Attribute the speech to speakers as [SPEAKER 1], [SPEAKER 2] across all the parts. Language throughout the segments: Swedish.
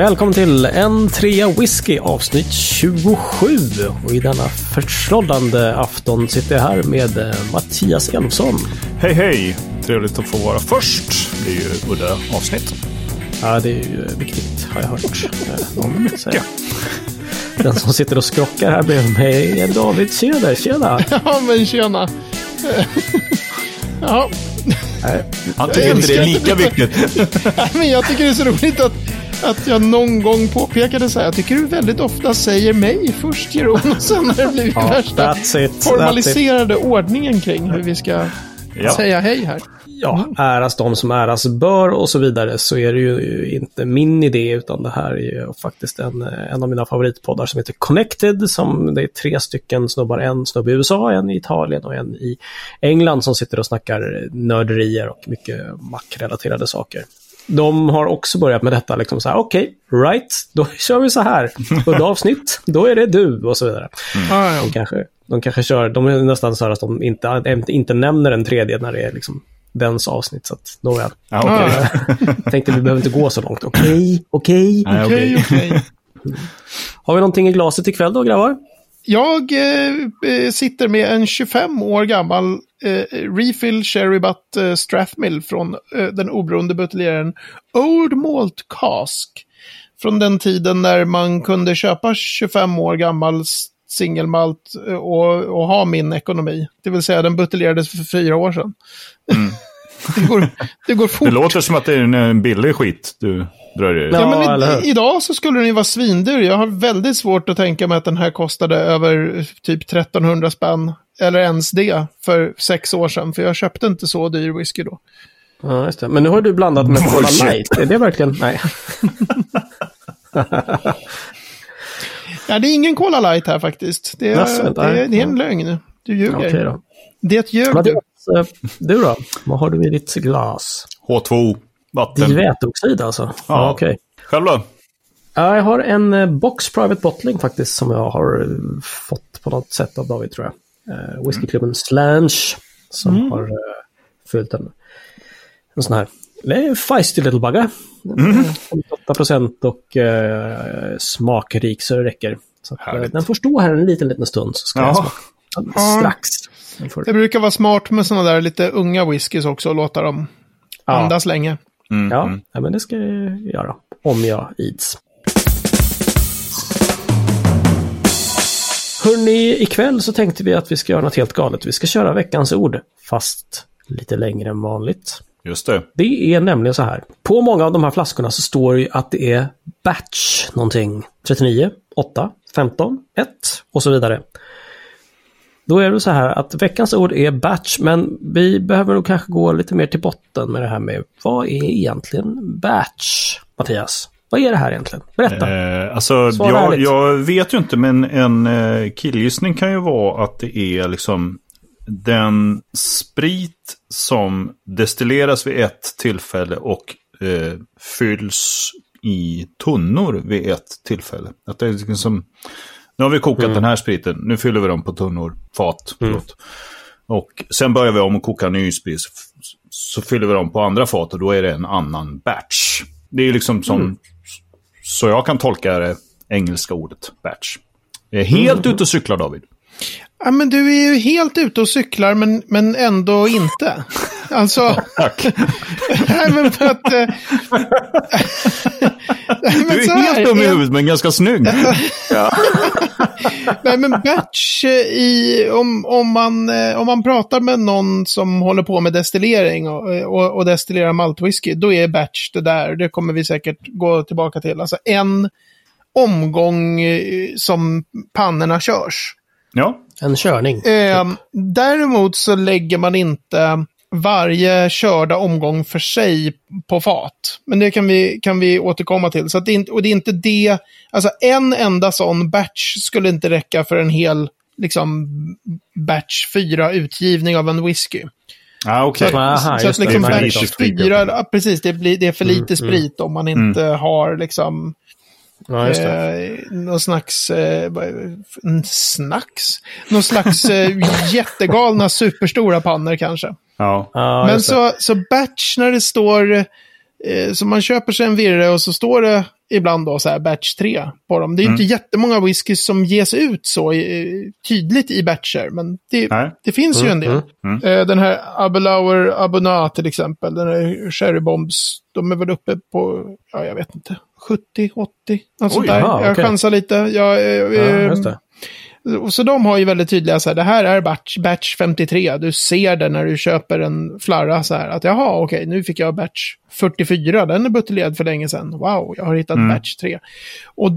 [SPEAKER 1] Välkommen till en trea whisky avsnitt 27. Och i denna förtrollande afton sitter jag här med Mattias Elfsson.
[SPEAKER 2] Hej hej, trevligt att få vara först. Det är ju udda avsnitt.
[SPEAKER 1] Ja, det är ju viktigt, har jag hört. Mycket. Den som sitter och skrockar här bredvid mig är David. Tjena.
[SPEAKER 3] Ja, men tjena. Ja.
[SPEAKER 2] Han tycker inte det är lika viktigt.
[SPEAKER 3] Men jag tycker det är så roligt att jag någon gång påpekade så här. Jag tycker du väldigt ofta säger mig först, Jeroen, och sen har det blivit värsta formaliserade ordningen kring hur vi ska säga hej här.
[SPEAKER 1] Ja, äras de som äras bör och så vidare, så är det ju inte min idé, utan det här är ju faktiskt en av mina favoritpoddar som heter Connected, som det är 3 stycken snubbar, en snubbe i USA, en i Italien och en i England som sitter och snackar nörderier och mycket Mac-relaterade saker. De har också börjat med detta liksom så här, okej, right, då kör vi så här. Udda avsnitt, då är det du och så vidare. De kanske kör, de är nästan så här att de inte nämner en tredje när det är liksom dens avsnitt, så att nåväl. Tänkte vi behöver inte gå så långt. Okej. Har vi någonting i glaset ikväll då, grabbar?
[SPEAKER 3] Jag sitter med en 25 år gammal refill Sherry Butt Strathmill från den oberoende buteljeraren Old Malt Cask. Från den tiden när man kunde köpa 25 år gammal singelmalt och ha min ekonomi. Det vill säga den buteljerades för 4 år sedan. Mm. det går fort.
[SPEAKER 2] Det låter som att det är en billig skit du drar i.
[SPEAKER 3] Ja, men idag så skulle den ju vara svindyr. Jag har väldigt svårt att tänka mig att den här kostade över typ 1300 spänn. Eller ens det för 6 år sedan. För jag köpte inte så dyr whisky då.
[SPEAKER 1] Ja, just det. Men nu har du blandat med Cola Light. Är det verkligen? Nej.
[SPEAKER 3] Ja, det är ingen Cola Light här faktiskt. Det är en lögn. Du ljuger.
[SPEAKER 1] Okej då.
[SPEAKER 3] Det gör du.
[SPEAKER 1] Du då? Vad har du i ditt glas?
[SPEAKER 2] H2, vatten.
[SPEAKER 1] Det är väteoxid alltså? Ja, okej.
[SPEAKER 2] Själv då?
[SPEAKER 1] Jag har en box private bottling faktiskt som jag har fått på något sätt av David, tror jag. Whiskyklubben Slange som har fyllt en sån här feisty little bugger. 8% och smakrik så det räcker. Så att, den får stå här en liten stund så ska jag smaka. Strax.
[SPEAKER 3] Det brukar vara smart med såna där lite unga whiskys också och låta dem andas länge.
[SPEAKER 1] Ja, men det ska jag göra om jag ids. Hörrni, ikväll så tänkte vi att vi ska göra något helt galet. Vi ska köra veckans ord, fast lite längre än vanligt.
[SPEAKER 2] Just det.
[SPEAKER 1] Det är nämligen så här. På många av de här flaskorna så står det att det är batch någonting. 39, 8, 15, 1 och så vidare. Då är det så här att veckans ord är batch, men vi behöver nog kanske gå lite mer till botten med det här med vad är egentligen batch, Mattias? Vad är det här egentligen? Berätta.
[SPEAKER 2] Jag vet ju inte, men en killgissning kan ju vara att det är liksom den sprit som destilleras vid ett tillfälle och fylls i tunnor vid ett tillfälle. Att det är liksom, nu har vi kokat den här spriten, nu fyller vi dem på tunnor, fat. Och sen börjar vi om och koka ny sprit, så fyller vi dem på andra fat och då är det en annan batch. Det är liksom som, så jag kan tolka det engelska ordet batch. Jag är helt ute och cyklar, David.
[SPEAKER 3] Ja, men du är ju helt ute och cyklar, men ändå inte. Alltså... Nej, men för att... du
[SPEAKER 2] är helt dum i huvudet, men ganska snygg.
[SPEAKER 3] Nej, men batch om man pratar med någon som håller på med destillering och destillerar maltwhisky, då är batch det där. Det kommer vi säkert gå tillbaka till. Alltså en omgång som pannorna körs.
[SPEAKER 1] Ja, en körning.
[SPEAKER 3] Däremot så lägger man inte varje körda omgång för sig på fat. Men det kan vi återkomma till. Så att det är inte det. Alltså en enda sån batch skulle inte räcka för en hel liksom batch 4 utgivning av en whisky.
[SPEAKER 2] Okej.
[SPEAKER 3] Så att liksom batch 4, precis, det är för lite sprit om man inte har liksom...
[SPEAKER 1] Ja, just det.
[SPEAKER 3] Någon slags jättegalna superstora pannor kanske. Men så batch när det står så man köper sig en virre och så står det ibland då så här batch 3 på dem. Det är inte jättemånga whiskys som ges ut så tydligt i batcher, men det finns ju en del. Den här Abelauer Abuna till exempel, den här Cherry Bombs, de är väl uppe på, jag vet inte, 70, 80, något sånt där. Jag chansar lite.
[SPEAKER 1] Just det.
[SPEAKER 3] Så de har ju väldigt tydliga så här, det här är batch 53. Du ser det när du köper en flarra så här, att jaha, okej, nu fick jag batch 44. Den är buteljerad för länge sedan. Wow, jag har hittat batch 3. Och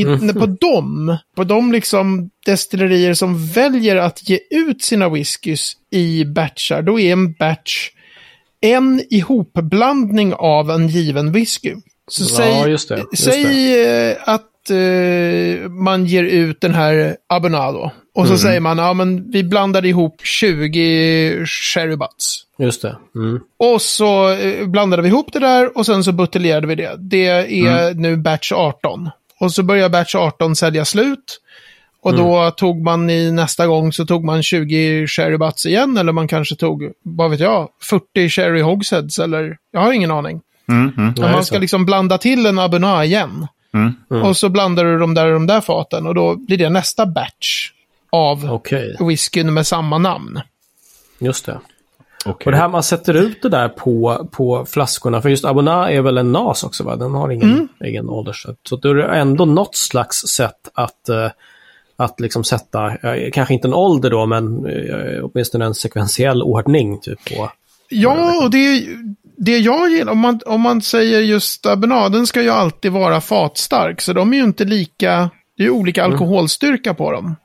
[SPEAKER 3] på de liksom destillerier som väljer att ge ut sina whiskys i batchar, då är en batch en ihopblandning av en given whisky. Så säg att man ger ut den här Abonado. Och så säger man, men vi blandade ihop 20 sherry butts.
[SPEAKER 1] Just det.
[SPEAKER 3] Och så blandade vi ihop det där och sen så buteljerade vi det. Det är nu batch 18. Och så börjar batch 18 sälja slut. Och då tog man nästa gång så tog man 20 sherry butts igen. Eller man kanske tog, vad vet jag, 40 sherry hogsheads. Eller, jag har ingen aning. Man ska liksom blanda till en Abonado igen. Och så blandar du de där faten och då blir det nästa batch av whiskyn med samma namn.
[SPEAKER 1] Just det. Och det här man sätter ut det där på flaskorna, för just Abona är väl en NAS också, va? Den har ingen egen ålder. Så det är ändå något slags sätt att liksom sätta, kanske inte en ålder då, men åtminstone en sekventiell ordning typ på.
[SPEAKER 3] Ja, och det jag gillar, om man säger just Abonaden ska ju alltid vara fatstark, så de är ju inte lika, det är ju olika alkoholstyrka på dem.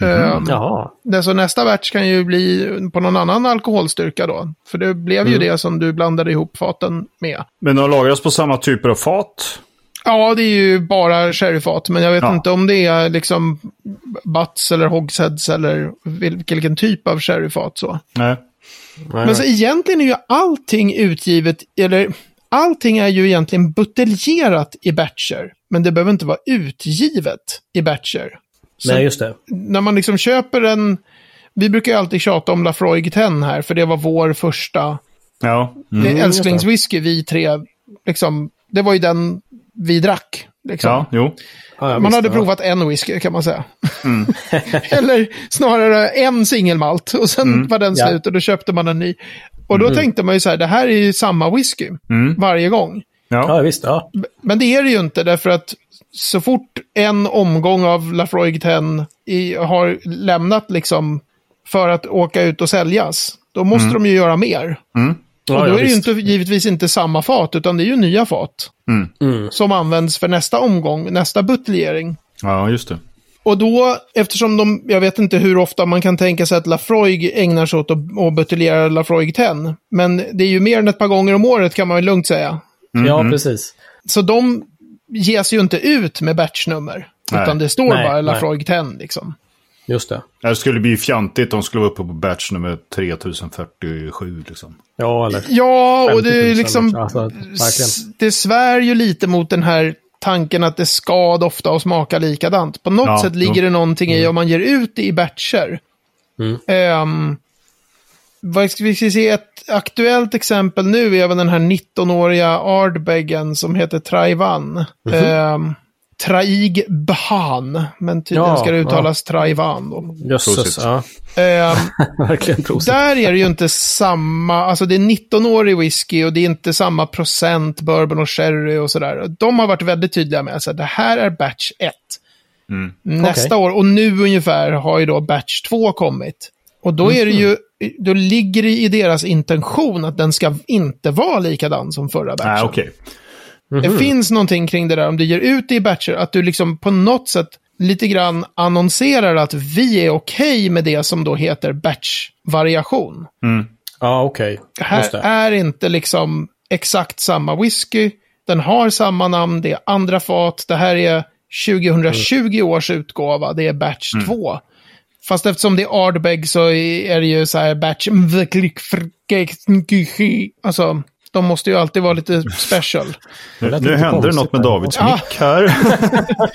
[SPEAKER 3] Så nästa batch kan ju bli på någon annan alkoholstyrka då, för det blev ju det som du blandade ihop faten med.
[SPEAKER 2] Men de lagras på samma typer av fat?
[SPEAKER 3] Ja, det är ju bara sherryfat, men jag vet inte om det är liksom butts eller hogsheads eller vilken typ av sherryfat så.
[SPEAKER 2] Nej.
[SPEAKER 3] Men så egentligen är ju allting utgivet, eller allting är ju egentligen buteljerat i batcher, men det behöver inte vara utgivet i batcher. Så
[SPEAKER 1] nej, just det.
[SPEAKER 3] När man liksom köper vi brukar ju alltid tjata om Lafroig 10 här, för det var vår första älsklingswhisky, vi tre, liksom, det var ju den vi drack. Liksom.
[SPEAKER 2] Ja, jo.
[SPEAKER 3] Man hade provat en whisky kan man säga. Eller snarare en singelmalt. Och sen var den slut och då köpte man en ny. Och då tänkte man ju så här, det här är ju samma whisky varje gång.
[SPEAKER 1] Ja, visst. Ja.
[SPEAKER 3] Men det är det ju inte, därför att så fort en omgång av Lafroig 10 har lämnat liksom för att åka ut och säljas, då måste de ju göra mer. Och då är det ju inte, givetvis inte samma fat, utan det är ju nya fat som används för nästa omgång, nästa buteljering.
[SPEAKER 2] Ja, just det.
[SPEAKER 3] Och då, eftersom jag vet inte hur ofta man kan tänka sig att Lafroig ägnar sig åt att buteljera Lafroig 10, men det är ju mer än ett par gånger om året kan man ju lugnt säga.
[SPEAKER 1] Ja, precis.
[SPEAKER 3] Så de ges ju inte ut med batchnummer, utan det står bara Lafroig 10 liksom.
[SPEAKER 1] Just det.
[SPEAKER 2] Det skulle bli fjantigt om de skulle vara uppe på batch nummer 3047 liksom.
[SPEAKER 1] Ja, eller
[SPEAKER 3] och det är liksom
[SPEAKER 1] alltså,
[SPEAKER 3] det svär ju lite mot den här tanken att det ska dofta och smaka likadant. På något sätt ligger det någonting i om man ger ut det i batcher. Vad ska vi se, ett aktuellt exempel nu är även den här 19-åriga Ardbeggen som heter Traivan. Traig Bhan, men tydligen ska det uttalas Traivan då.
[SPEAKER 1] Jösses, verkligen prosit.
[SPEAKER 3] Där är det ju inte samma, alltså det är 19-årig whisky och det är inte samma procent bourbon och sherry och sådär. De har varit väldigt tydliga med att det här är batch 1. Nästa år, och nu ungefär har ju då batch 2 kommit. Och då är det ju, då ligger det i deras intention att den ska inte vara likadan som förra batchen. Det finns någonting kring det där, om du ger ut det i batcher, att du liksom på något sätt lite grann annonserar att vi är okej med det som då heter batch-variation. Här är inte liksom exakt samma whisky, den har samma namn, det är andra fat, det här är 2020 års utgåva, det är batch 2. Fast eftersom det är Ardbeg så är det ju så här batch, alltså de måste ju alltid vara lite special.
[SPEAKER 2] Nu händer det något med Davids mick här.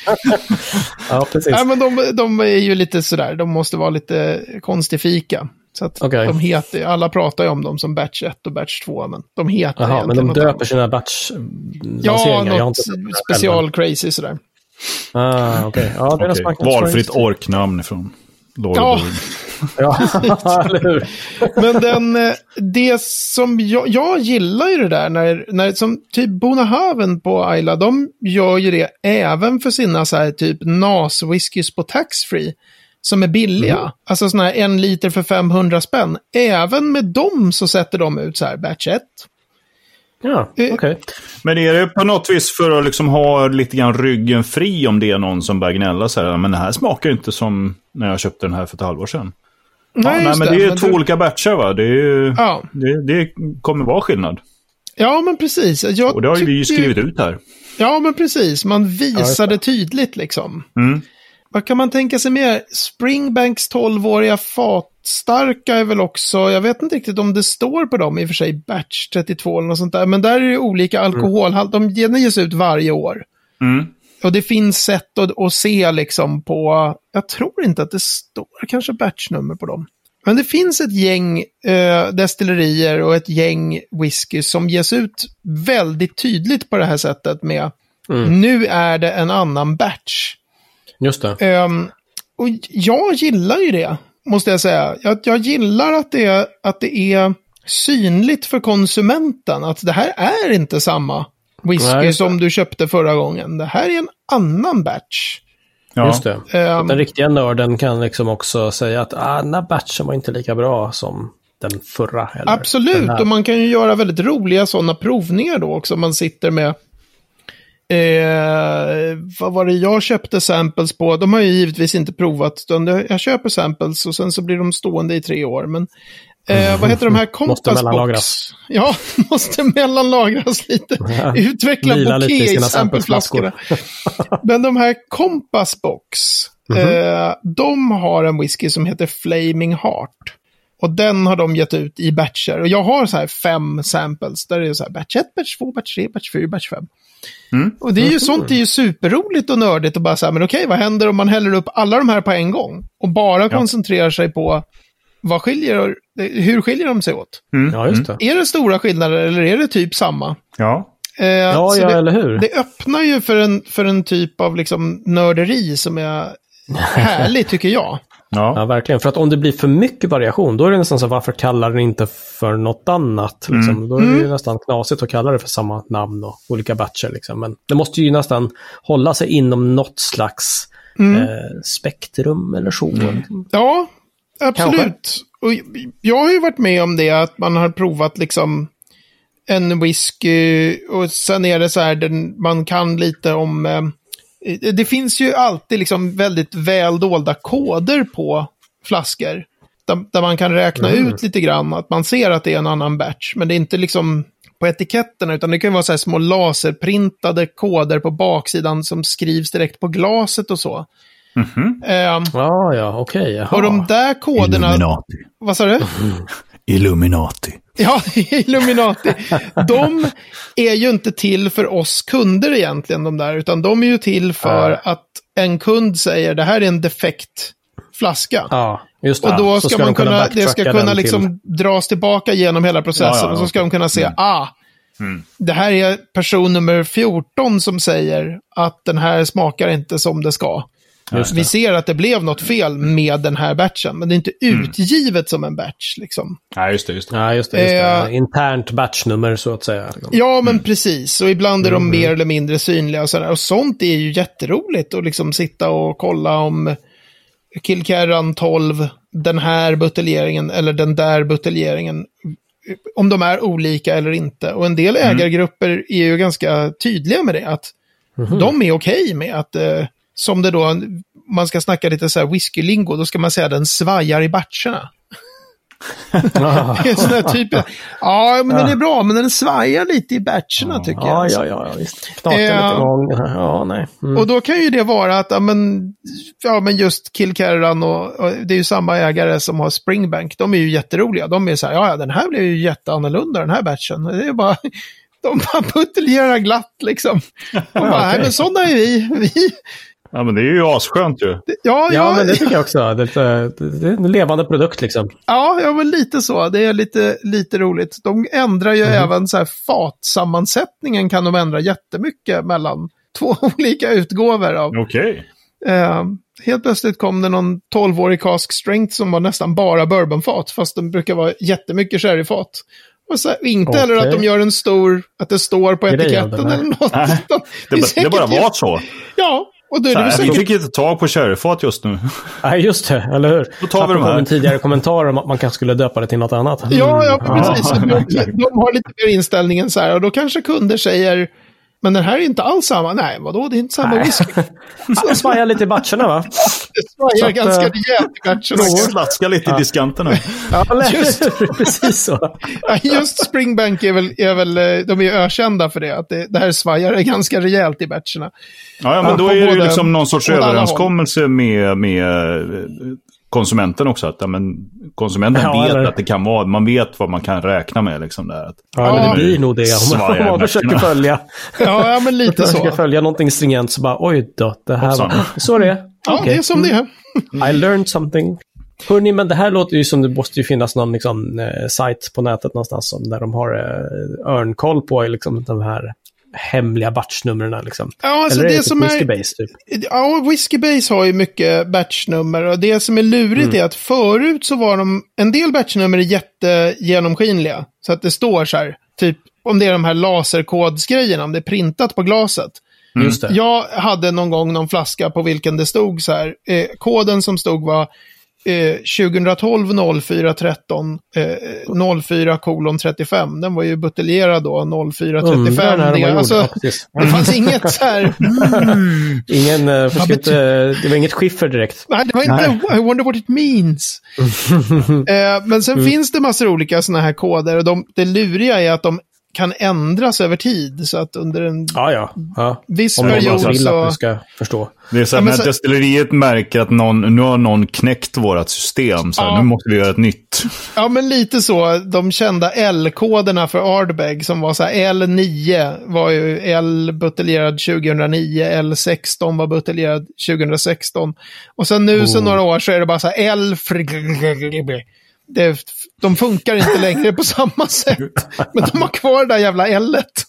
[SPEAKER 3] Ja, precis. Nej, men de är ju lite sådär. De måste vara lite konstifika. Så att de heter, alla pratar ju om dem som batch 1 och batch 2, men de heter
[SPEAKER 1] Jaha, men de döper sina batch-lanseringar.
[SPEAKER 3] Ja, något special crazy sådär.
[SPEAKER 1] Okej. Ja, det är
[SPEAKER 2] valfritt orknamn från Lord of
[SPEAKER 1] eller hur?
[SPEAKER 3] Men det som jag gillar ju det där när som typ Bonahaven på Ayla, de gör ju det även för sina så här typ NAS-whiskys på taxfree som är billiga. Alltså såna här 1 liter för 500 spänn. Även med dem så sätter de ut så här batch 1.
[SPEAKER 1] Ja, okej.
[SPEAKER 2] Men är det på något vis för att liksom ha lite grann ryggen fri om det är någon som börjar gnälla så här, men det här smakar inte som när jag köpte den här för ett halvår sedan. Nej, men det är ju 2 olika batcher, va? Det är ju, det kommer vara skillnad.
[SPEAKER 3] Ja, men precis.
[SPEAKER 2] Och det har ju vi skrivit ut här.
[SPEAKER 3] Ja, men precis. Man visar det tydligt liksom. Vad kan man tänka sig mer? Springbanks 12-åriga fatstarka är väl också, jag vet inte riktigt om det står på dem i och för sig, batch 32 eller något sånt där, men där är det olika alkoholhalt, de ges ut varje år. Och det finns sätt att se liksom på, jag tror inte att det står kanske batchnummer på dem. Men det finns ett gäng destillerier och ett gäng whisky som ges ut väldigt tydligt på det här sättet med nu är det en annan batch.
[SPEAKER 1] Just det.
[SPEAKER 3] Och jag gillar ju det, måste jag säga. Jag gillar att det är synligt för konsumenten att det här är inte samma whisky som du köpte förra gången. Det här är en annan batch.
[SPEAKER 1] Ja. Just det. Den riktiga nörden kan liksom också säga att den här batchen var inte lika bra som den förra. Eller
[SPEAKER 3] absolut, och man kan ju göra väldigt roliga sådana provningar då också. Man sitter med vad var det jag köpte samples på? De har ju givetvis inte provat. Jag köper samples och sen så blir de stående i 3 år. Men vad heter de här Compassbox? Ja, måste mellanlagras lite. Utveckla bouquet i sampleflaskorna. Men de här Compassbox, de har en whisky som heter Flaming Heart. Och den har de gett ut i batcher. Och jag har så här 5 samples. Där det är så här batch 1, batch 2, batch 3, batch 4, batch 5. Och det är ju sånt, det är ju superroligt och nördigt och bara säga, men okej, vad händer om man häller upp alla de här på en gång? Och bara koncentrerar sig på hur skiljer de sig åt?
[SPEAKER 1] Ja, just det.
[SPEAKER 3] Är det stora skillnader eller är det typ samma?
[SPEAKER 2] Ja.
[SPEAKER 1] Eller hur?
[SPEAKER 3] Det öppnar ju för en typ av liksom nörderi som är härlig, tycker jag.
[SPEAKER 1] Ja, verkligen. För att om det blir för mycket variation, då är det nästan så, varför kallar den inte för något annat? Liksom? Då är det ju nästan knasigt att kalla det för samma namn och olika batcher. Liksom. Men det måste ju nästan hålla sig inom något slags spektrum eller så.
[SPEAKER 3] Ja, absolut. Kanske. Och jag har ju varit med om det, att man har provat liksom en whisky och sen är det så här, man kan lite om... Det finns ju alltid liksom väldigt väl dolda koder på flaskor. Där man kan räkna ut lite grann att man ser att det är en annan batch. Men det är inte liksom på etiketterna, utan det kan vara så här små laserprintade koder på baksidan som skrivs direkt på glaset och så.
[SPEAKER 1] Okej.
[SPEAKER 3] Och de där koderna...
[SPEAKER 2] Illuminati.
[SPEAKER 3] Vad sa du?
[SPEAKER 2] Illuminati.
[SPEAKER 3] Ja, Illuminati. De är ju inte till för oss kunder egentligen, de där. Utan de är ju till för att en kund säger, det här är en defekt flaska.
[SPEAKER 1] Ja, just det.
[SPEAKER 3] Och då ska man kunna, det ska kunna liksom dras tillbaka genom hela processen. Och så ska de kunna se, det här är person nummer 14 som säger att den här smakar inte som det ska. Vi ser att det blev något fel med den här batchen, men det är inte utgivet som en batch liksom.
[SPEAKER 2] Ja, just det.
[SPEAKER 1] Ja, just det. Internt batchnummer så att säga.
[SPEAKER 3] Ja, men precis. Och ibland är de mer eller mindre synliga och sådär. Och sånt är ju jätteroligt att liksom sitta och kolla om Kilkerran 12, den här buteljeringen eller den där buteljeringen, om de är olika eller inte. Och en del ägargrupper är ju ganska tydliga med det, att de är okej med att som det då, man ska snacka lite så här whisky-lingo, då ska man säga den svajar i batcherna. Sån här typ, men den är bra, men den svajar lite i batcherna tycker jag.
[SPEAKER 1] Ja, visst. Knakar lite gång. Ja, nej.
[SPEAKER 3] Och då kan ju det vara att, men just Kilkerran och det är ju samma ägare som har Springbank, de är ju jätteroliga. De är så här, den här blev ju jätteannorlunda, den här batchen. Det är bara... De bara buteljerar glatt liksom. Och bara, men sådana är vi.
[SPEAKER 2] Ja, men det är ju asskönt ju.
[SPEAKER 1] Ja, men det tycker jag också. Det är en levande produkt liksom.
[SPEAKER 3] Ja, men lite så. Det är lite roligt. De ändrar ju även så här fatsammansättningen kan de ändra jättemycket mellan 2 olika utgåvor av.
[SPEAKER 2] Okej.
[SPEAKER 3] Helt plötsligt kom det någon 12-årig cask strength som var nästan bara bourbonfat, fast de brukar vara jättemycket sherryfat. Och så, inte heller att de gör en stor, att det står på etiketten eller något.
[SPEAKER 2] Nej, det bara var så.
[SPEAKER 3] Ja, och då är det
[SPEAKER 2] säkert... Vi fick inte tag på sherryfat just nu.
[SPEAKER 1] Nej, just det, eller hur?
[SPEAKER 2] Då tar vi de här.
[SPEAKER 1] En tidigare kommentar om att man kanske skulle döpa det till något annat.
[SPEAKER 3] Ja, precis. De har lite mer inställningen så här, och då kanske kunder säger, men den här är inte alls samma. Nej, vadå? Det är inte samma whisky.
[SPEAKER 1] Det svajar lite i batcherna, va?
[SPEAKER 3] Det svajar ganska rejält i batcherna.
[SPEAKER 2] Slaskar lite i diskanterna.
[SPEAKER 1] Ja, precis så.
[SPEAKER 3] Just Springbank är väl de är ökända för det. Att det här svajar är ganska rejält i batcherna.
[SPEAKER 2] Ja, men då är det ju liksom någon sorts överenskommelse med konsumenten också. Att konsumenten vet att det kan vara, man vet vad man kan räkna med liksom där.
[SPEAKER 1] Ja, men det blir nog det om man försöker följa.
[SPEAKER 3] Ja, men lite så.
[SPEAKER 1] Försöker följa någonting stringent så bara, oj då, det här var... Så det är.
[SPEAKER 3] Ja, det är som det är.
[SPEAKER 1] I learned something. Hörrni, men det här låter ju som det måste ju finnas någon liksom, sajt på nätet någonstans där de har örnkoll på liksom, de här hemliga batchnumren liksom.
[SPEAKER 3] Ja, alltså
[SPEAKER 1] eller
[SPEAKER 3] det
[SPEAKER 1] är
[SPEAKER 3] som
[SPEAKER 1] Whiskey Base typ?
[SPEAKER 3] Ja, Whiskey Base har ju mycket batchnummer, och det som är lurigt är att förut så var en del batchnummer jättegenomskinliga, så att det står så här, typ om det är de här laserkodsgrejerna, om det är printat på glaset.
[SPEAKER 1] Just det.
[SPEAKER 3] Jag hade någon gång någon flaska på vilken det stod så här, koden som stod var 2012 04 13 04:35. Den var ju buteljerad då 04:35. Alltså, det fanns inget så här
[SPEAKER 1] det var inget skiffer direkt.
[SPEAKER 3] Nej, det var inte I wonder what it means. Men sen finns det massor olika såna här koder, och det luriga är att de kan ändras över tid, så att under en viss period så...
[SPEAKER 1] Att ska förstå.
[SPEAKER 2] Det är så att när destilleriet märker att nu har någon knäckt vårat system, så nu måste vi göra ett nytt. Ja,
[SPEAKER 3] men lite så. De kända L-koderna för Ardbeg som var så här, L9 var ju L buteljerad 2009, L16 var buteljerad 2016. Och sen nu så några år så är det bara så här L... De funkar inte längre på samma sätt. Men de har kvar det där jävla L-et.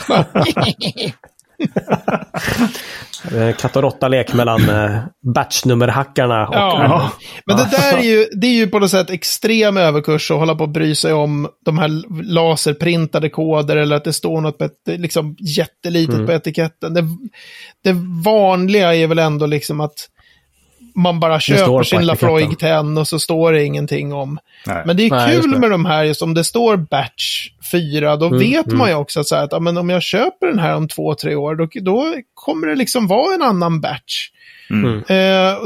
[SPEAKER 1] Katt och råtta-lek mellan batchnummerhackarna och...
[SPEAKER 3] Men det är ju på något sätt extrem överkurs att hålla på att bry sig om de här laserprintade koder, eller att det står något liksom jättelitet på etiketten. Det vanliga är väl ändå liksom att man bara köper sin Lafroig 10 och så står det ingenting om. Nej. Men det är kul med de här, som det står batch 4, då vet man ju också så här, att men om jag köper den här om 2-3 år, då kommer det liksom vara en annan batch. Och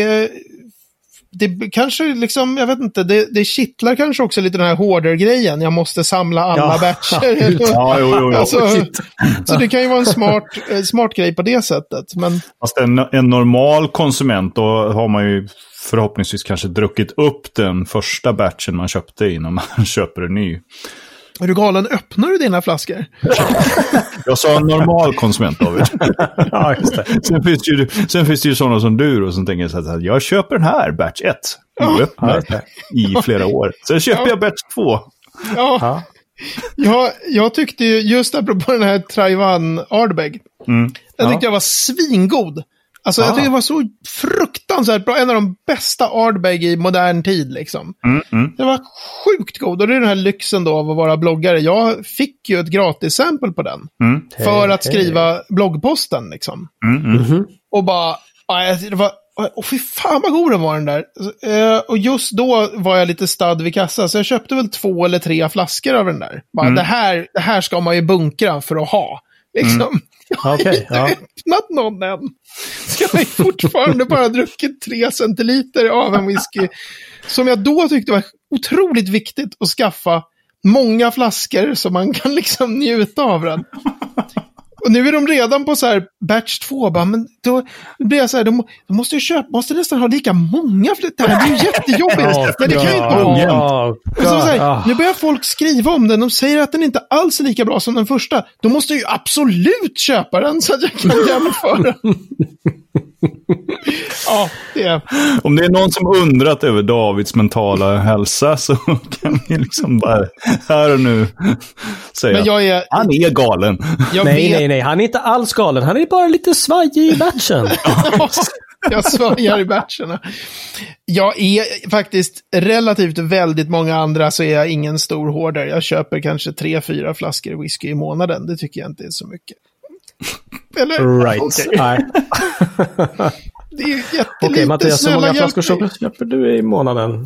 [SPEAKER 3] det kanske liksom, jag vet inte, det kittlar kanske också lite den här hoarder-grejen. Jag måste samla alla batcher. Alltså, så det kan ju vara en smart grej på det sättet. Men...
[SPEAKER 2] Fast en normal konsument, då har man ju förhoppningsvis kanske druckit upp den första batchen man köpte innan man köper en ny.
[SPEAKER 3] Är du galen? Öppnar du dina flaskor?
[SPEAKER 2] Jag sa en normal konsument, David. Ja, just det. Sen finns det ju sådana som du och som tänker så här, jag köper den här batch 1 i flera år. Sen köper jag batch 2.
[SPEAKER 3] Jag tyckte ju, just apropå den här Taiwan Ardbeg, den tyckte jag var svingod. Alltså jag tycker det var så fruktansvärt bra. En av de bästa Ardbeg i modern tid liksom. Det var sjukt god. Och det är den här lyxen då av att vara bloggare. Jag fick ju ett gratis sample på den. För att skriva bloggposten liksom. Och bara, det var... fy fan vad god den var den där. Och just då var jag lite stadd vid kassa, så jag köpte väl 2 eller 3 flaskor av den där. Bara, det här ska man ju bunkra för att ha. Liksom. Jag har inte öppnat någon än. Så jag har fortfarande bara druckit 3 centiliter av en whisky som jag då tyckte var otroligt viktigt att skaffa många flaskor så man kan liksom njuta av den. Och nu är de redan på så här batch 2, bara, men då blir jag så här, de måste ju köpa, måste nästan ha lika många det här är ju jättejobbigt. Men det kan ju inte nu börjar folk skriva om den, de säger att den inte alls är lika bra som den första. Då måste jag ju absolut köpa den så att jag kan jämföra. Ja, det är.
[SPEAKER 2] Om det är någon som undrat över Davids mentala hälsa så kan vi liksom bara här och nu säga att han är galen.
[SPEAKER 1] Nej, han är inte alls galen. Han är bara lite svajig i batchen.
[SPEAKER 3] Jag svajar i batcherna. Jag är faktiskt relativt väldigt många andra så är jag ingen stor hårdare. Jag köper kanske 3-4 flaskor whisky i månaden. Det tycker jag inte är så mycket. Eller?
[SPEAKER 1] Right.
[SPEAKER 3] Okay. Det är ju jättelite.
[SPEAKER 1] Okej, Mattias, hur många flaskor köper du i månaden?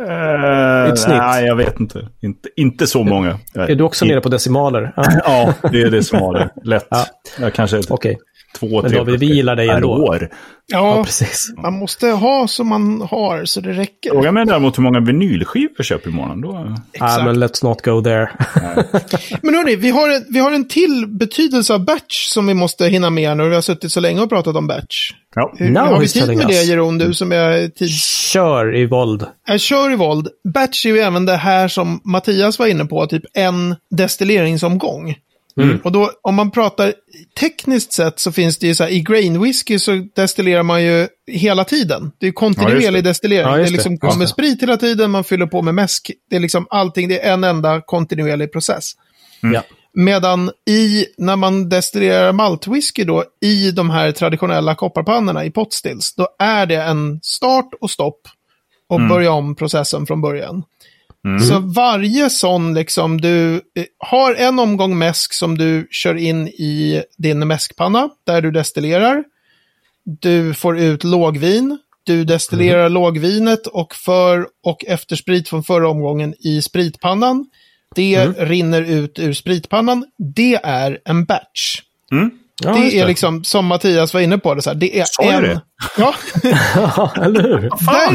[SPEAKER 2] Nej, jag vet inte. Inte så många.
[SPEAKER 1] Är du också nere på decimaler?
[SPEAKER 2] Ja, det är decimaler. Lätt. Ja. Jag kanske
[SPEAKER 1] Okej.
[SPEAKER 2] 2-3
[SPEAKER 1] David, vi gillar dig ändå.
[SPEAKER 2] År.
[SPEAKER 3] Ja,
[SPEAKER 1] precis.
[SPEAKER 3] Man måste ha som man har så det räcker.
[SPEAKER 2] Fråga mig däremot hur många vinylskivor köper i månaden då.
[SPEAKER 1] Men let's not go there.
[SPEAKER 3] Men hörni, vi har en till betydelse av batch som vi måste hinna med när vi har suttit så länge och pratat om batch.
[SPEAKER 2] Ja.
[SPEAKER 3] Har vi tid med det, Jeroen, du som är tid?
[SPEAKER 1] Kör i våld.
[SPEAKER 3] Jag kör i våld. Batch är ju även det här som Mattias var inne på, typ en destilleringsomgång. Och då, om man pratar tekniskt sett så finns det ju så här, i grain whisky så destillerar man ju hela tiden. Det är kontinuerlig destillering. Det liksom kommer sprit hela tiden, man fyller på med mäsk. Det är liksom allting, det är en enda kontinuerlig process.
[SPEAKER 1] Ja.
[SPEAKER 3] Medan när man destillerar maltwhisky då i de här traditionella kopparpannorna i potstills, då är det en start och stopp och börja om processen från början. Så varje sån liksom, du har en omgång mäsk som du kör in i din mäskpanna där du destillerar. Du får ut lågvin. Du destillerar lågvinet och för- och eftersprit från förra omgången i spritpannan. Det rinner ut ur spritpannan. Det är en batch.
[SPEAKER 1] Ja,
[SPEAKER 3] det är liksom, som Mattias var inne på, det, så här, det är en... Ja,
[SPEAKER 1] eller hur?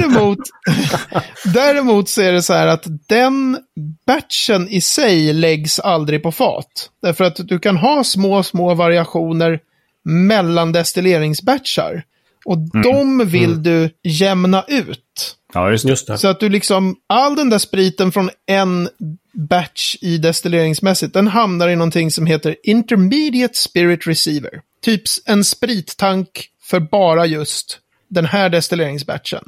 [SPEAKER 3] Däremot så är det så här att den batchen i sig läggs aldrig på fat. Därför att du kan ha små variationer mellan destilleringsbatchar. Och de vill du jämna ut.
[SPEAKER 2] Ja, just det.
[SPEAKER 3] Så att du liksom, all den där spriten från en batch i destilleringsmässigt, den hamnar i någonting som heter Intermediate Spirit Receiver. Typ en sprittank för bara just den här destilleringsbatchen.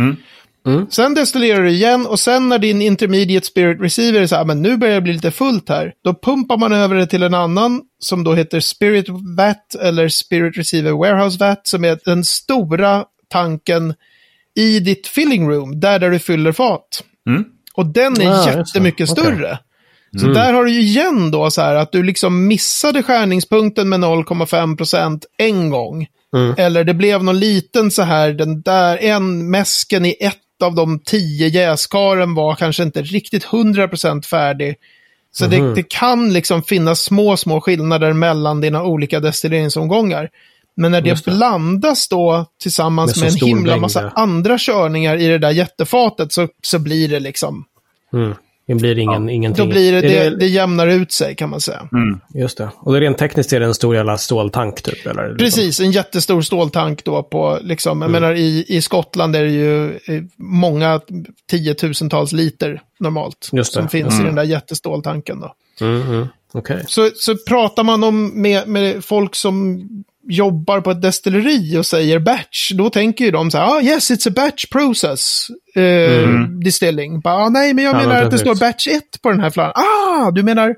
[SPEAKER 3] Sen destillerar du igen och sen när din Intermediate Spirit Receiver är så här, men nu börjar det bli lite fullt här, då pumpar man över det till en annan som då heter Spirit Vat eller Spirit Receiver Warehouse Vat, som är den stora tanken i ditt filling room, där du fyller fat. Och den är jättemycket större. Så där har du ju igen då så här att du liksom missade skärningspunkten med 0,5% en gång. Eller det blev någon liten så här, den där en mäsken i ett av de 10 jäskaren var kanske inte riktigt 100% färdig. Så det kan liksom finnas små skillnader mellan dina olika destilleringsomgångar. Men när det blandas då tillsammans med en himla massa andra körningar i det där jättefatet så blir det liksom...
[SPEAKER 1] Det blir ingenting.
[SPEAKER 3] Då blir det jämnar ut sig, kan man säga.
[SPEAKER 1] Just det. Och det är rent tekniskt är det en stor jävla ståltank typ? Eller liksom?
[SPEAKER 3] Precis, en jättestor ståltank då på, liksom, jag menar i Skottland är det ju många 10-tusentals liter normalt som finns i den där jätteståltanken då.
[SPEAKER 1] Okay.
[SPEAKER 3] Så pratar man om med folk som jobbar på ett destilleri och säger batch, då tänker ju de så här, yes, it's a batch process distilling. Nej, men jag menar att det står batch 1 på den här flaskan. Du menar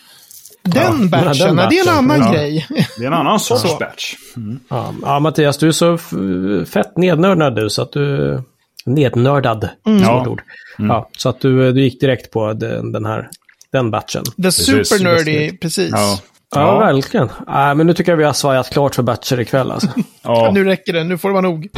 [SPEAKER 3] den batchen, det är en annan grej. Det
[SPEAKER 2] är en annan sorts batch.
[SPEAKER 1] Ja, Mattias, du är så fett nednördad du, så att du... Nednördad, ord. Ja, så att du gick direkt på den batchen.
[SPEAKER 3] The super nerdy, precis.
[SPEAKER 1] Ja, verkligen. Men nu tycker jag vi har svajat klart för batcher ikväll alltså.
[SPEAKER 3] Nu räcker det, nu får det vara nog.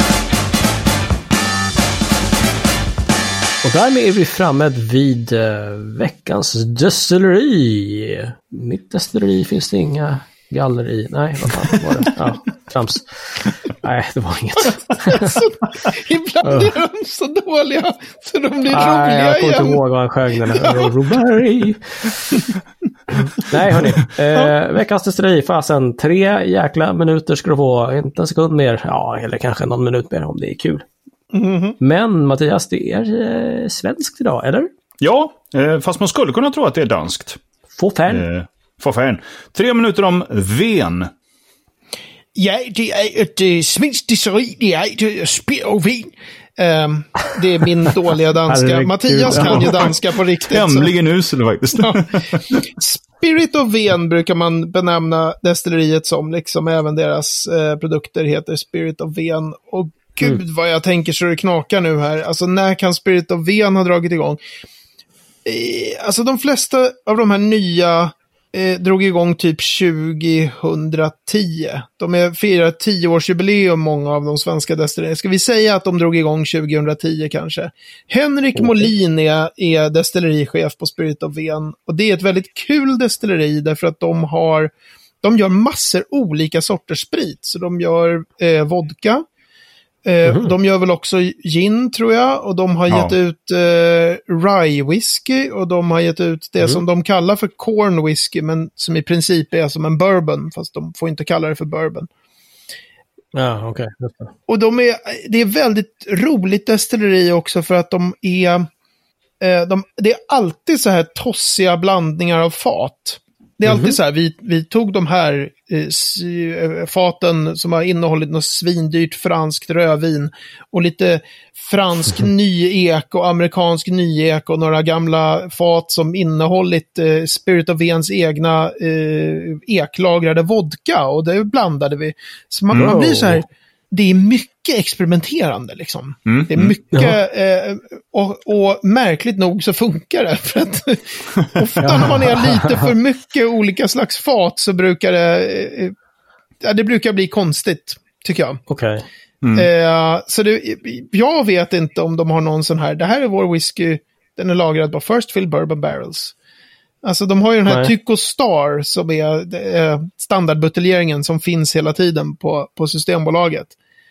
[SPEAKER 1] Och därmed är vi framme vid veckans destilleri. Mitt destilleri finns det inga galler i. Nej, vad fan var det? Ja, trams. Nej, det var inget.
[SPEAKER 3] Ibland är de så dåliga så de blir roliga igen.
[SPEAKER 1] Jag kommer inte ihåg vad han sjöng den här. Nej, hörni. Veckans destilleri, fasen. 3 jäkla minuter ska du få. Inte en sekund mer. Ja, eller kanske någon minut mer om det är kul. Men Mattias, det är svenskt idag, eller?
[SPEAKER 2] Ja, fast man skulle kunna tro att det är danskt.
[SPEAKER 1] Få fan.
[SPEAKER 2] 3 minuter om Ven.
[SPEAKER 3] Ja, det är ett svenskt destilleri, det är ett Spirit of Ven. Det är min dåliga danska. Mattias kan ju danska på riktigt.
[SPEAKER 2] Tämligen usel faktiskt.
[SPEAKER 3] Ja. Spirit of Ven brukar man benämna destilleriet som, liksom även deras produkter heter Spirit of Ven. Och gud vad jag tänker så det knakar nu här. Alltså när kan Spirit of Ven ha dragit igång? Alltså de flesta av de här nya drog igång typ 2010. De firar 10-årsjubileum, många av de svenska destillerierna. Ska vi säga att de drog igång 2010 kanske? Henrik Molin är destillerichef på Spirit of Ven. Och det är ett väldigt kul destilleri därför att de gör massor olika sorters sprit. Så de gör vodka. De gör väl också gin, tror jag. Och de har gett ut rye whisky. Och de har gett ut det som de kallar för corn whisky. Men som i princip är som en bourbon. Fast de får inte kalla det för bourbon.
[SPEAKER 1] Ja, okej.
[SPEAKER 3] Och det är väldigt roligt destilleri också. För att det är alltid så här tossiga blandningar av fat. Det är alltid så här, vi tog de här faten som har innehållit något svindyrt franskt rödvin och lite fransk nyek och amerikansk nyek och några gamla fat som innehållit Spirit of Vens egna eklagrade vodka, och det blandade vi. Så man blir så här, det är mycket experimenterande liksom. Det är mycket och märkligt nog så funkar det, för att ofta när man är lite för mycket olika slags fat så brukar det brukar bli konstigt, tycker jag.
[SPEAKER 1] Okej.
[SPEAKER 3] Så jag vet inte om de har någon sån här, det här är vår whisky, den är lagrad på First Fill Bourbon Barrels. Alltså de har ju den här Tycho Star som är standardbuteljeringen som finns hela tiden på Systembolaget.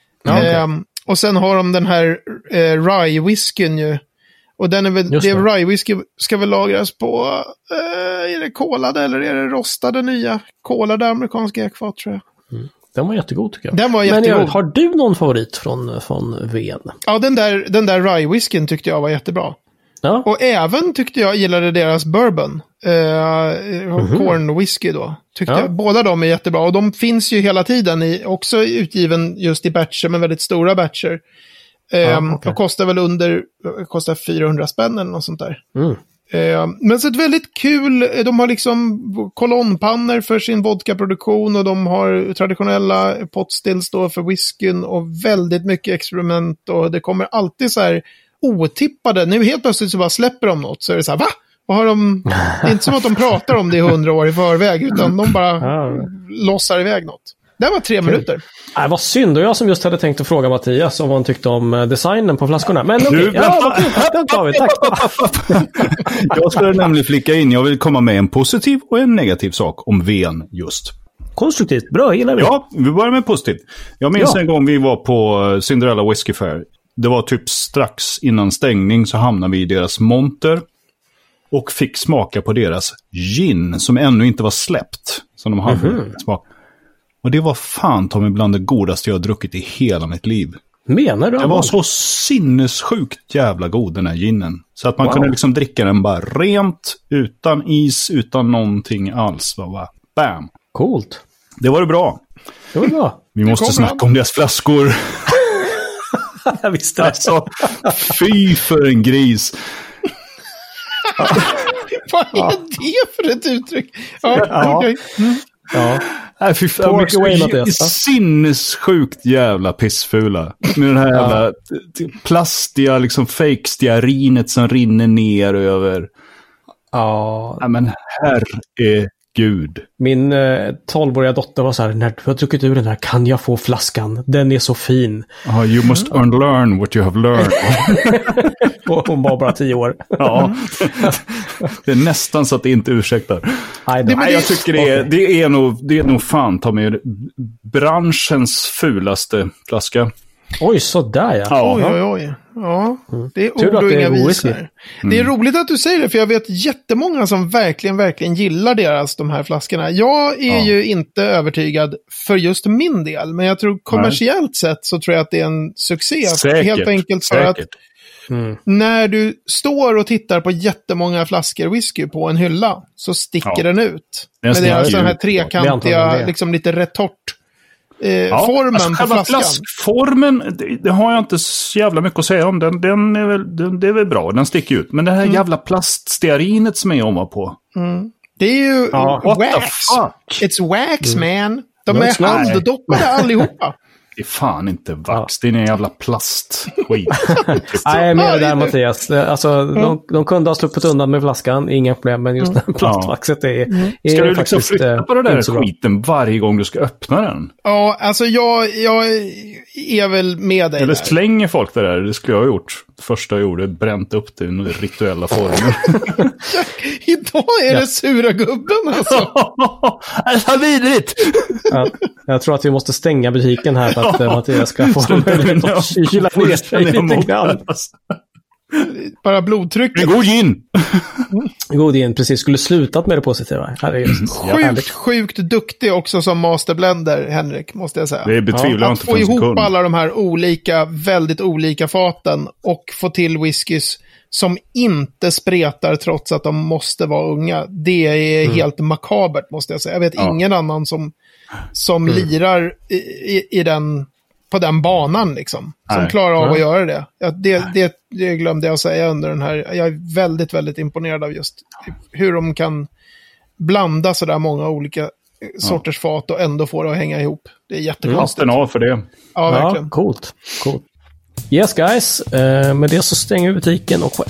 [SPEAKER 3] Och sen har de den här rye whiskyn ju. Och den är väl, det rye whisky ska väl lagras på är det kolade eller är det rostade nya kolade amerikanska ekfat, tror jag.
[SPEAKER 1] Den var jättegod, tycker jag.
[SPEAKER 3] Den var jättegod.
[SPEAKER 1] Men har du någon favorit från Ven?
[SPEAKER 3] Ja, den där rye whiskyn tyckte jag var jättebra.
[SPEAKER 1] Ja.
[SPEAKER 3] Och även tyckte jag gillade deras bourbon. Corn whisky då. Tyckte jag. Båda de är jättebra. Och de finns ju hela tiden också utgiven just i batcher, med väldigt stora batcher. Och kostar väl kostar 400 spänn eller något sånt där. Men så ett väldigt kul, de har liksom kolonnpannor för sin vodkaproduktion och de har traditionella potstills då för whiskyn och väldigt mycket experiment, och det kommer alltid så här otippade. Nu helt plötsligt så bara släpper de något, så är det så här, va? Vad har de? Det är inte som att de pratar om det 100 år i förväg, utan de bara lossar iväg något. Det var 3 minuter.
[SPEAKER 1] Vad synd, och jag som just hade tänkt att fråga Mattias om vad han tyckte om designen på flaskorna. Men okej, den tar vi. Tack.
[SPEAKER 2] Jag skulle nämligen flicka in, jag vill komma med en positiv och en negativ sak om Ven just.
[SPEAKER 1] Konstruktivt, bra, gillar vi.
[SPEAKER 2] Ja, vi börjar med positivt. Jag minns en gång vi var på Cinderella Whiskey Fair. Det var typ strax innan stängning, så hamnade vi i deras monter och fick smaka på deras gin som ännu inte var släppt, som de hade smak. Och det var fan ta mig bland det godaste jag har druckit i hela mitt liv.
[SPEAKER 1] Menar du?
[SPEAKER 2] Det var så sinnessjukt jävla god, den här ginen. Så att man kunde liksom dricka den bara rent, utan is, utan någonting alls. Bara bam.
[SPEAKER 1] Coolt.
[SPEAKER 2] Det var bra.
[SPEAKER 1] Det var bra.
[SPEAKER 2] Vi måste snacka om deras flaskor.
[SPEAKER 1] Jag visste det.
[SPEAKER 2] Alltså, fy för en gris.
[SPEAKER 3] Vad är det för ett uttryck? Okay.
[SPEAKER 2] Nej, fy fan, sinnessjukt jävla pissfula. Med den här jävla plastiga, liksom fake-stearinet som rinner ner över.
[SPEAKER 1] Ja.
[SPEAKER 2] Men herregud.
[SPEAKER 1] Min 12-åriga dotter var så här, när du har druckit ur den här, kan jag få flaskan? Den är så fin.
[SPEAKER 2] You must unlearn what you have learned.
[SPEAKER 1] Och hon var bara 10 år.
[SPEAKER 2] Ja. Det är nästan så att det inte ursäktar. Nej, jag tycker det är nog fan ta med branschens fulaste flaska.
[SPEAKER 1] Oj, sådär ja.
[SPEAKER 3] Oj. Ja, det är ord och inga visor. Det är roligt att du säger det, för jag vet jättemånga som verkligen gillar de här flaskorna. Jag är ju inte övertygad för just min del, men jag tror kommersiellt sett så tror jag att det är en succé.
[SPEAKER 2] Säkert.
[SPEAKER 3] Helt enkelt för att när du står och tittar på jättemånga flaskor whisky på en hylla så sticker den ut. Med deras sån här trekantiga, liksom lite retort. formen på flaskan.
[SPEAKER 2] Flaskformen, det har jag inte så jävla mycket att säga om. Den är väl bra, den sticker ut. Men det här jävla plaststearinet som är ovanpå.
[SPEAKER 3] Det är ju wax. It's wax, man. De är handdoppade allihopa.
[SPEAKER 2] Det är fan inte vax, det är en jävla plastskit.
[SPEAKER 1] Nej, men där Mattias. Alltså, de kunde ha sluppit undan med flaskan, inga problem, men just den plastvaxet är
[SPEAKER 2] ska du
[SPEAKER 1] faktiskt,
[SPEAKER 2] liksom flytta på det där skiten varje gång du ska öppna den?
[SPEAKER 3] Ja, alltså jag är väl med dig.
[SPEAKER 2] Eller slänger folk det där, det skulle jag ha gjort. Det första jag gjorde, bränt upp det i rituella former.
[SPEAKER 3] Idag är det sura gubben alltså.
[SPEAKER 2] Det är vidrigt.
[SPEAKER 1] Jag tror att vi måste stänga butiken här för att Mattias ska få möjlighet att kyla ner sig lite grann.
[SPEAKER 3] Bara blodtryck.
[SPEAKER 2] En god gin!
[SPEAKER 1] God gin, precis. Skulle slutat med det positiva.
[SPEAKER 3] Sjukt duktig också som masterblender, Henrik, måste jag säga.
[SPEAKER 2] Det betvivlar jag inte för en sekund.
[SPEAKER 3] Att få ihop alla de här väldigt olika faten och få till whiskys som inte spretar trots att de måste vara unga. Det är helt makabert, måste jag säga. Jag vet ingen annan som lirar i den, på den banan liksom. Som klarar av att göra det. Det glömde jag säga under den här. Jag är väldigt, väldigt imponerad av just hur de kan blanda så där många olika sorters fat och ändå få det att hänga ihop. Det är jättekonstigt.
[SPEAKER 2] Hatten av för det.
[SPEAKER 3] Ja, verkligen.
[SPEAKER 1] Ja, coolt. Yes guys, med det så stänger vi butiken och på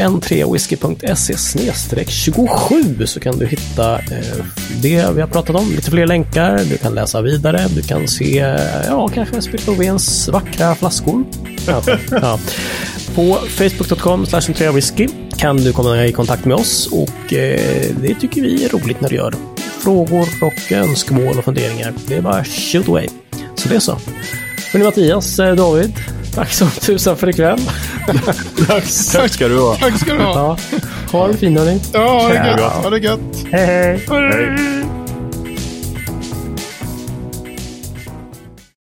[SPEAKER 1] n3whisky.se/27 så kan du hitta det vi har pratat om, lite fler länkar, du kan läsa vidare, du kan se, kanske Spiritoviens vackra flaskor. Ja. På facebook.com/n3whisky kan du komma i kontakt med oss och det tycker vi är roligt när du gör frågor och önskemål och funderingar. Det är bara shoot away. Så det är så. Men Mattias, David, tack så tusan för ikväll.
[SPEAKER 2] Tack ska du ha.
[SPEAKER 3] Tack ska du ha.
[SPEAKER 1] Ja, ha det fint, hörni.
[SPEAKER 3] Ja, ha det gött.
[SPEAKER 1] Hej.
[SPEAKER 2] Hej.